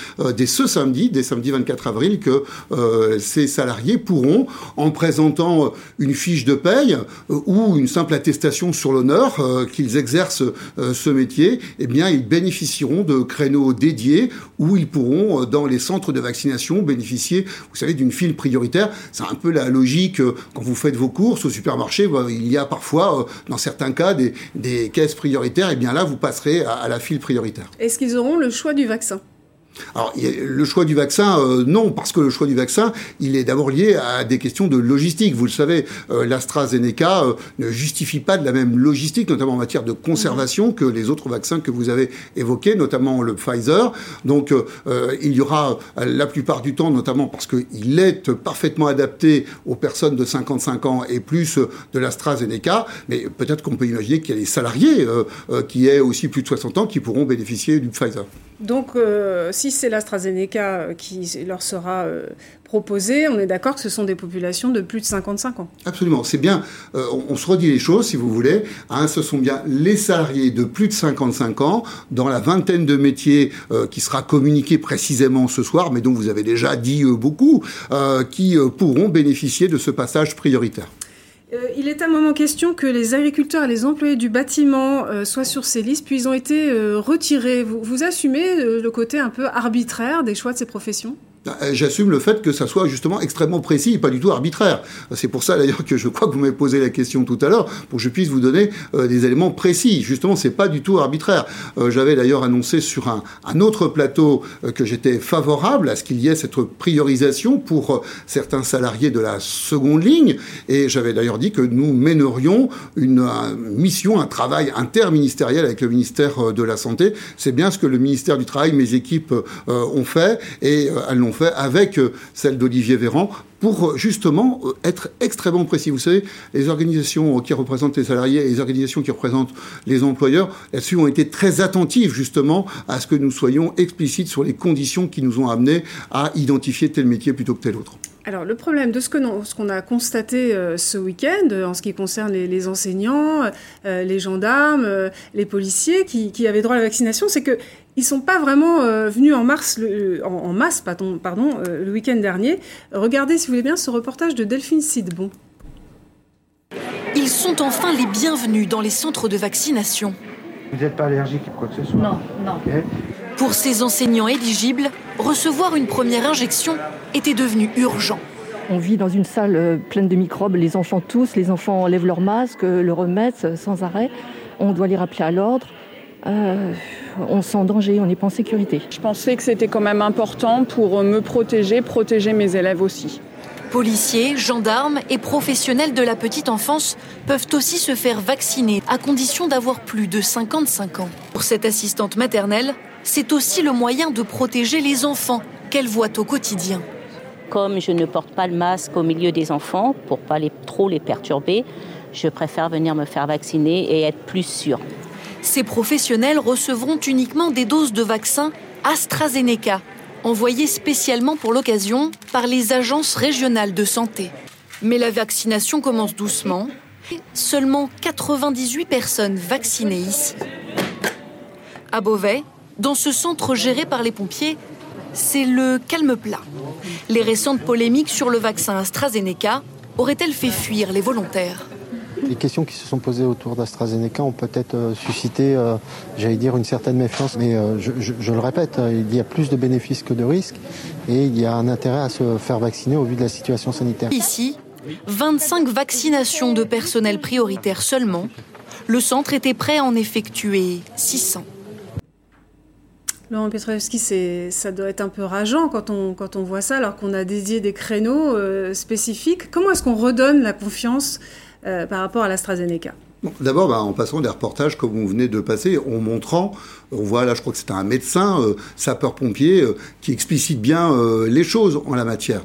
24 avril, que ces salariés pourront, en présentant une fiche de paye ou une simple attestation sur l'honneur qu'ils exercent ce métier, eh bien, ils bénéficieront de créneaux dédiés où ils pourront, dans les centres de vaccination, bénéficier, vous savez, d'une file prioritaire. C'est un peu la logique quand vous faites vos courses au supermarché. Il y a parfois, dans certains cas, des caisses prioritaires. Eh bien là, vous passerez à la file prioritaire. Est-ce qu'ils auront le choix du vaccin ? Alors, le choix du vaccin, non, parce que le choix du vaccin, il est d'abord lié à des questions de logistique. Vous le savez, l'AstraZeneca ne justifie pas de la même logistique, notamment en matière de conservation, que les autres vaccins que vous avez évoqués, notamment le Pfizer. Donc, il y aura la plupart du temps, notamment parce qu'il est parfaitement adapté aux personnes de 55 ans et plus de l'AstraZeneca, mais peut-être qu'on peut imaginer qu'il y a des salariés qui aient aussi plus de 60 ans qui pourront bénéficier du Pfizer. Donc, si c'est l'AstraZeneca qui leur sera proposé, on est d'accord que ce sont des populations de plus de 55 ans. Absolument. C'est bien, on se redit les choses, si vous voulez. Ce sont bien les salariés de plus de 55 ans, dans la vingtaine de métiers qui sera communiqué précisément ce soir, mais dont vous avez déjà dit beaucoup, qui pourront bénéficier de ce passage prioritaire. Il est un moment question que les agriculteurs et les employés du bâtiment soient sur ces listes, puis ils ont été retirés. Vous assumez le côté un peu arbitraire des choix de ces professions ? J'assume le fait que ça soit justement extrêmement précis et pas du tout arbitraire. C'est pour ça d'ailleurs que je crois que vous m'avez posé la question tout à l'heure, pour que je puisse vous donner des éléments précis. Justement, c'est pas du tout arbitraire. J'avais d'ailleurs annoncé sur un autre plateau que j'étais favorable à ce qu'il y ait cette priorisation pour certains salariés de la seconde ligne, et j'avais d'ailleurs dit que nous mènerions une mission, un travail interministériel avec le ministère de la Santé. C'est bien ce que le ministère du Travail, mes équipes ont fait, et elles l'ont fait avec celle d'Olivier Véran, pour justement être extrêmement précis. Vous savez, les organisations qui représentent les salariés et les organisations qui représentent les employeurs, là-dessus ont été très attentives justement à ce que nous soyons explicites sur les conditions qui nous ont amenés à identifier tel métier plutôt que tel autre. Alors, le problème de ce qu'on a constaté ce week-end, en ce qui concerne les enseignants, les gendarmes, les policiers qui avaient droit à la vaccination, c'est qu'ils ne sont pas vraiment venus en masse le week-end dernier. Regardez, si vous voulez bien, ce reportage de Delphine Sidbon. Ils sont enfin les bienvenus dans les centres de vaccination. Vous n'êtes pas allergique à quoi que ce soit ? Non. Okay. Pour ces enseignants éligibles, recevoir une première injection était devenu urgent. On vit dans une salle pleine de microbes, les enfants tous, les enfants enlèvent leur masque, le remettent sans arrêt. On doit les rappeler à l'ordre. On se sent en danger, on n'est pas en sécurité. Je pensais que c'était quand même important pour me protéger mes élèves aussi. Policiers, gendarmes et professionnels de la petite enfance peuvent aussi se faire vacciner à condition d'avoir plus de 55 ans. Pour cette assistante maternelle, c'est aussi le moyen de protéger les enfants qu'elle voit au quotidien. Comme je ne porte pas le masque au milieu des enfants pour pas trop les perturber, je préfère venir me faire vacciner et être plus sûre. Ces professionnels recevront uniquement des doses de vaccin AstraZeneca, envoyées spécialement pour l'occasion par les agences régionales de santé. Mais la vaccination commence doucement. Seulement 98 personnes vaccinées ici. À Beauvais, dans ce centre géré par les pompiers, c'est le calme plat. Les récentes polémiques sur le vaccin AstraZeneca auraient-elles fait fuir les volontaires ? Les questions qui se sont posées autour d'AstraZeneca ont peut-être suscité, une certaine méfiance. Mais je le répète, il y a plus de bénéfices que de risques et il y a un intérêt à se faire vacciner au vu de la situation sanitaire. Ici, 25 vaccinations de personnel prioritaire seulement. Le centre était prêt à en effectuer 600. Laurent Piotrowski, ça doit être un peu rageant quand on voit ça, alors qu'on a dédié des créneaux spécifiques. Comment est-ce qu'on redonne la confiance par rapport à l'AstraZeneca ? Bon, d'abord, en passant des reportages comme vous venez de passer, en montrant, on voit là, je crois que c'était un médecin, sapeur-pompier, qui explicite bien les choses en la matière.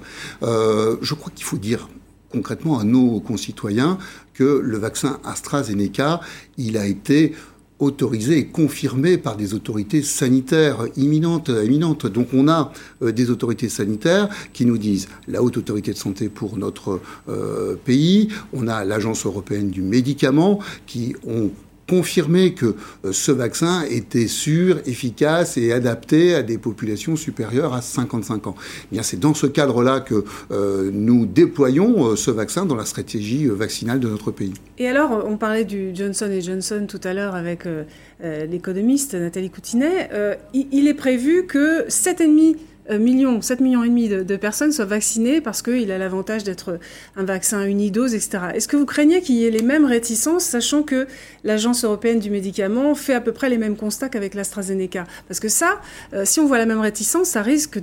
Je crois qu'il faut dire concrètement à nos concitoyens que le vaccin AstraZeneca, il a été autorisé et confirmé par des autorités sanitaires éminentes. Donc on a des autorités sanitaires qui nous disent la haute autorité de santé pour notre pays, on a l'Agence européenne du médicament qui ont confirmé que ce vaccin était sûr, efficace et adapté à des populations supérieures à 55 ans. Eh bien, c'est dans ce cadre-là que nous déployons ce vaccin dans la stratégie vaccinale de notre pays. Et alors, on parlait du Johnson & Johnson tout à l'heure avec l'économiste Nathalie Coutinet. Il est prévu que 7,5 millions de personnes soient vaccinées parce qu'il a l'avantage d'être un vaccin unidose, etc. Est-ce que vous craignez qu'il y ait les mêmes réticences, sachant que l'Agence européenne du médicament fait à peu près les mêmes constats qu'avec l'AstraZeneca ? Parce que ça, si on voit la même réticence, ça risque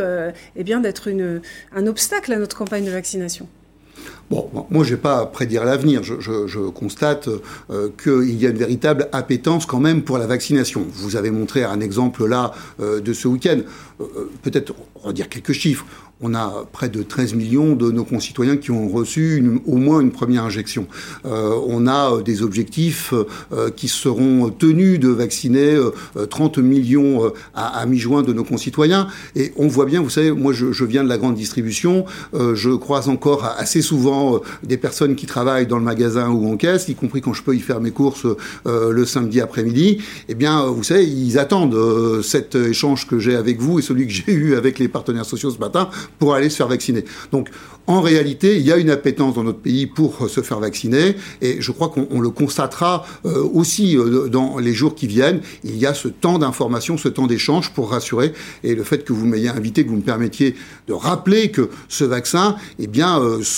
d'être un obstacle à notre campagne de vaccination. Bon, moi, je ne vais pas prédire l'avenir. Je constate qu'il y a une véritable appétence quand même pour la vaccination. Vous avez montré un exemple là de ce week-end. Peut-être redire quelques chiffres. On a près de 13 millions de nos concitoyens qui ont reçu au moins une première injection. On a des objectifs qui seront tenus de vacciner 30 millions à mi-juin de nos concitoyens. Et on voit bien, vous savez, moi je viens de la grande distribution, je croise encore assez souvent des personnes qui travaillent dans le magasin ou en caisse, y compris quand je peux y faire mes courses le samedi après-midi. Eh bien, vous savez, ils attendent cet échange que j'ai avec vous et celui que j'ai eu avec les partenaires sociaux ce matin pour aller se faire vacciner. Donc, en réalité, il y a une appétence dans notre pays pour se faire vacciner et je crois qu'on le constatera aussi dans les jours qui viennent. Il y a ce temps d'information, ce temps d'échange pour rassurer et le fait que vous m'ayez invité, que vous me permettiez de rappeler que ce vaccin, eh bien,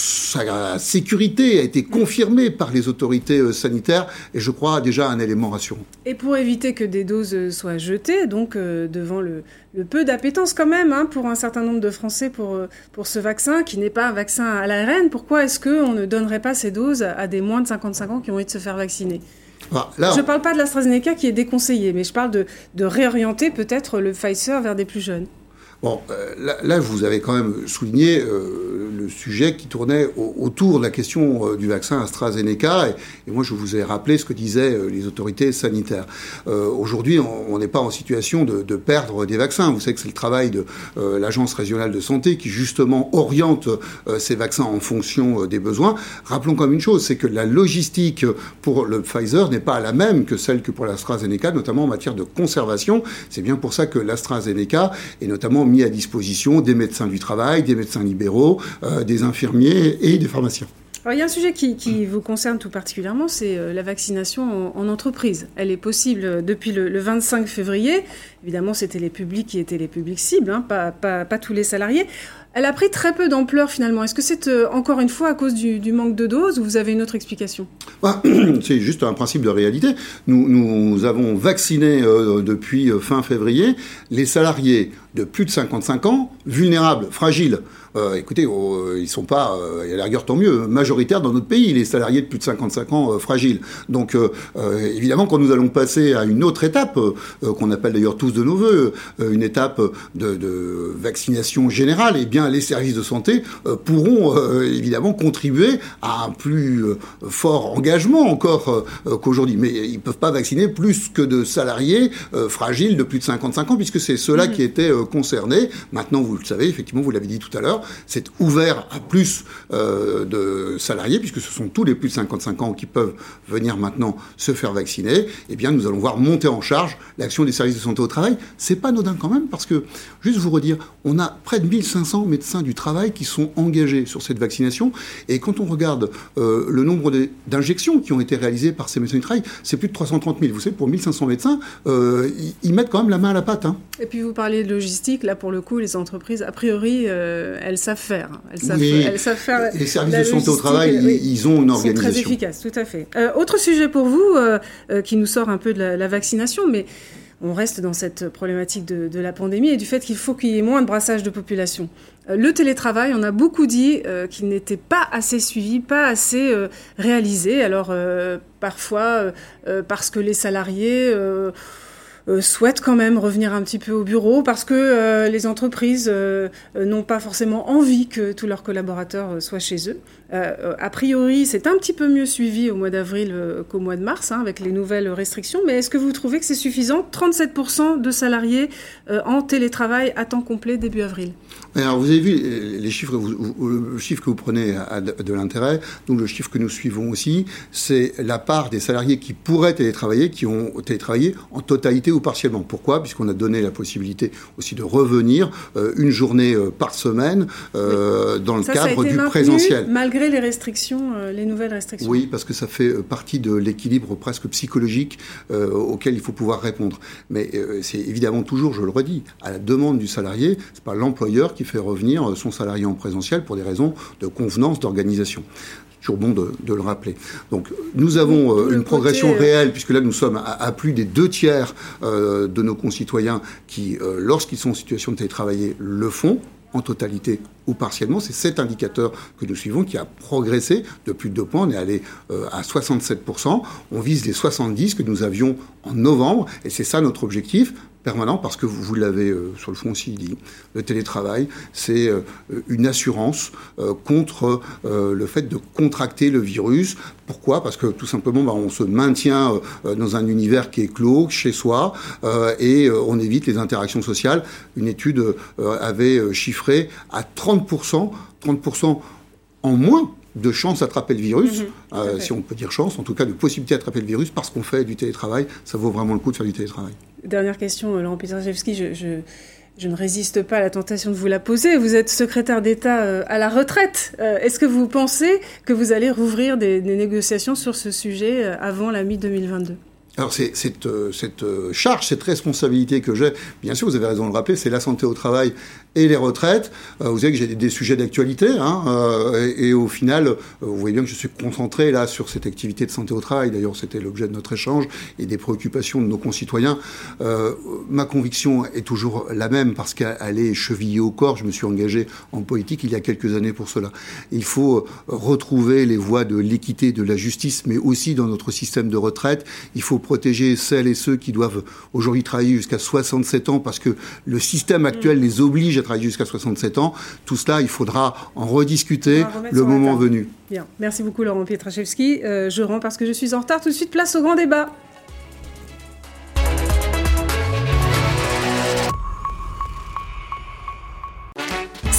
sa sécurité a été confirmée par les autorités sanitaires et je crois déjà un élément rassurant. Et pour éviter que des doses soient jetées, donc devant le peu d'appétence quand même pour un certain nombre de Français pour ce vaccin qui n'est pas un vaccin à l'ARN, pourquoi est-ce qu'on ne donnerait pas ces doses à des moins de 55 ans qui ont envie de se faire vacciner ? Je ne parle pas de l'AstraZeneca qui est déconseillé, mais je parle de réorienter peut-être le Pfizer vers des plus jeunes. Bon, là, vous avez quand même souligné le sujet qui tournait autour de la question du vaccin AstraZeneca. Et moi, je vous ai rappelé ce que disaient les autorités sanitaires. Aujourd'hui, on n'est pas en situation de perdre des vaccins. Vous savez que c'est le travail de l'Agence régionale de santé qui, justement, oriente ces vaccins en fonction des besoins. Rappelons comme une chose, c'est que la logistique pour le Pfizer n'est pas la même que celle que pour l'AstraZeneca, notamment en matière de conservation. C'est bien pour ça que l'AstraZeneca est notamment mis à disposition des médecins du travail, des médecins libéraux, des infirmiers et des pharmaciens. Alors, il y a un sujet qui vous concerne tout particulièrement, c'est la vaccination en entreprise. Elle est possible depuis le 25 février. Évidemment, c'était les publics qui étaient les publics cibles, hein, pas tous les salariés. Elle a pris très peu d'ampleur finalement. Est-ce que c'est encore une fois à cause du manque de doses ou vous avez une autre explication ? C'est juste un principe de réalité. Nous avons vacciné depuis fin février les salariés de plus de 55 ans, vulnérables, fragiles. Écoutez, ils sont pas, à la rigueur tant mieux, majoritaires dans notre pays, les salariés de plus de 55 ans fragiles. Donc, évidemment, quand nous allons passer à une autre étape, qu'on appelle d'ailleurs tous de nos voeux, une étape de vaccination générale, eh bien, les services de santé pourront évidemment contribuer à un plus fort engagement encore qu'aujourd'hui. Mais ils peuvent pas vacciner plus que de salariés fragiles de plus de 55 ans, puisque c'est ceux-là qui étaient concernés. Maintenant, vous le savez, effectivement, vous l'avez dit tout à l'heure, c'est ouvert à plus de salariés, puisque ce sont tous les plus de 55 ans qui peuvent venir maintenant se faire vacciner. Eh bien, nous allons voir monter en charge l'action des services de santé au travail. C'est pas anodin quand même, parce que, juste vous redire, on a près de 1500 médecins du travail qui sont engagés sur cette vaccination. Et quand on regarde le nombre d'injections qui ont été réalisées par ces médecins du travail, c'est plus de 330 000. Vous savez, pour 1500 médecins, ils mettent quand même la main à la pâte. Hein. Et puis, vous parlez de logistique. Là, pour le coup, les entreprises, a priori, elles savent faire. Elles savent faire. Les services de santé au travail, ils ont une organisation. C'est très efficace, tout à fait. Autre sujet pour vous, qui nous sort un peu de la vaccination, mais on reste dans cette problématique de la pandémie et du fait qu'il faut qu'il y ait moins de brassage de population. Le télétravail, on a beaucoup dit qu'il n'était pas assez suivi, pas assez réalisé. Alors, parfois, parce que les salariés... souhaitent quand même revenir un petit peu au bureau parce que les entreprises n'ont pas forcément envie que tous leurs collaborateurs soient chez eux. A priori, c'est un petit peu mieux suivi au mois d'avril qu'au mois de mars, hein, avec les nouvelles restrictions. Mais est-ce que vous trouvez que c'est suffisant ? 37% de salariés en télétravail à temps complet début avril. Alors, vous avez vu les chiffres, le chiffre que vous prenez a de l'intérêt. Donc, le chiffre que nous suivons aussi, c'est la part des salariés qui pourraient télétravailler, qui ont télétravaillé en totalité ou partiellement. Pourquoi ? Puisqu'on a donné la possibilité aussi de revenir une journée par semaine dans le cadre du présentiel. Malgré les restrictions, les nouvelles restrictions. Oui, parce que ça fait partie de l'équilibre presque psychologique auquel il faut pouvoir répondre. Mais c'est évidemment toujours, je le redis, à la demande du salarié. C'est pas l'employeur qui fait revenir son salarié en présentiel pour des raisons de convenance, d'organisation. Toujours bon de le rappeler. Donc, nous avons une progression réelle, puisque là, nous sommes à plus des 2/3 de nos concitoyens qui, lorsqu'ils sont en situation de télétravailler, le font en totalité ou partiellement. C'est cet indicateur que nous suivons qui a progressé de plus de 2 points. On est allé à 67%. On vise les 70 que nous avions en novembre. Et c'est ça notre objectif permanent, parce que vous l'avez sur le fond aussi dit. Le télétravail, c'est une assurance contre le fait de contracter le virus. Pourquoi ? Parce que tout simplement, on se maintient dans un univers qui est clos, chez soi, et on évite les interactions sociales. Une étude avait chiffré à 30% en moins de chance d'attraper le virus, si on peut dire chance, en tout cas de possibilité d'attraper le virus, parce qu'on fait du télétravail. Ça vaut vraiment le coup de faire du télétravail. Dernière question, Laurent Pietraszewski, je ne résiste pas à la tentation de vous la poser. Vous êtes secrétaire d'État à la retraite. Est-ce que vous pensez que vous allez rouvrir des négociations sur ce sujet avant la mi-2022 ? Alors, cette charge, cette responsabilité que j'ai, bien sûr, vous avez raison de le rappeler, c'est la santé au travail et les retraites. Vous savez que j'ai des sujets d'actualité, et au final, vous voyez bien que je suis concentré là sur cette activité de santé au travail. D'ailleurs, c'était l'objet de notre échange et des préoccupations de nos concitoyens. Ma conviction est toujours la même, parce qu'elle est chevillée au corps. Je me suis engagé en politique il y a quelques années pour cela. Il faut retrouver les voies de l'équité, de la justice, mais aussi dans notre système de retraite. Il faut protéger celles et ceux qui doivent aujourd'hui travailler jusqu'à 67 ans, parce que le système actuel les oblige à travailler jusqu'à 67 ans. Tout cela, il faudra en rediscuter le moment venu. Bien. Merci beaucoup, Laurent Pietraszewski. Je rends parce que je suis en retard. Tout de suite, place au grand débat.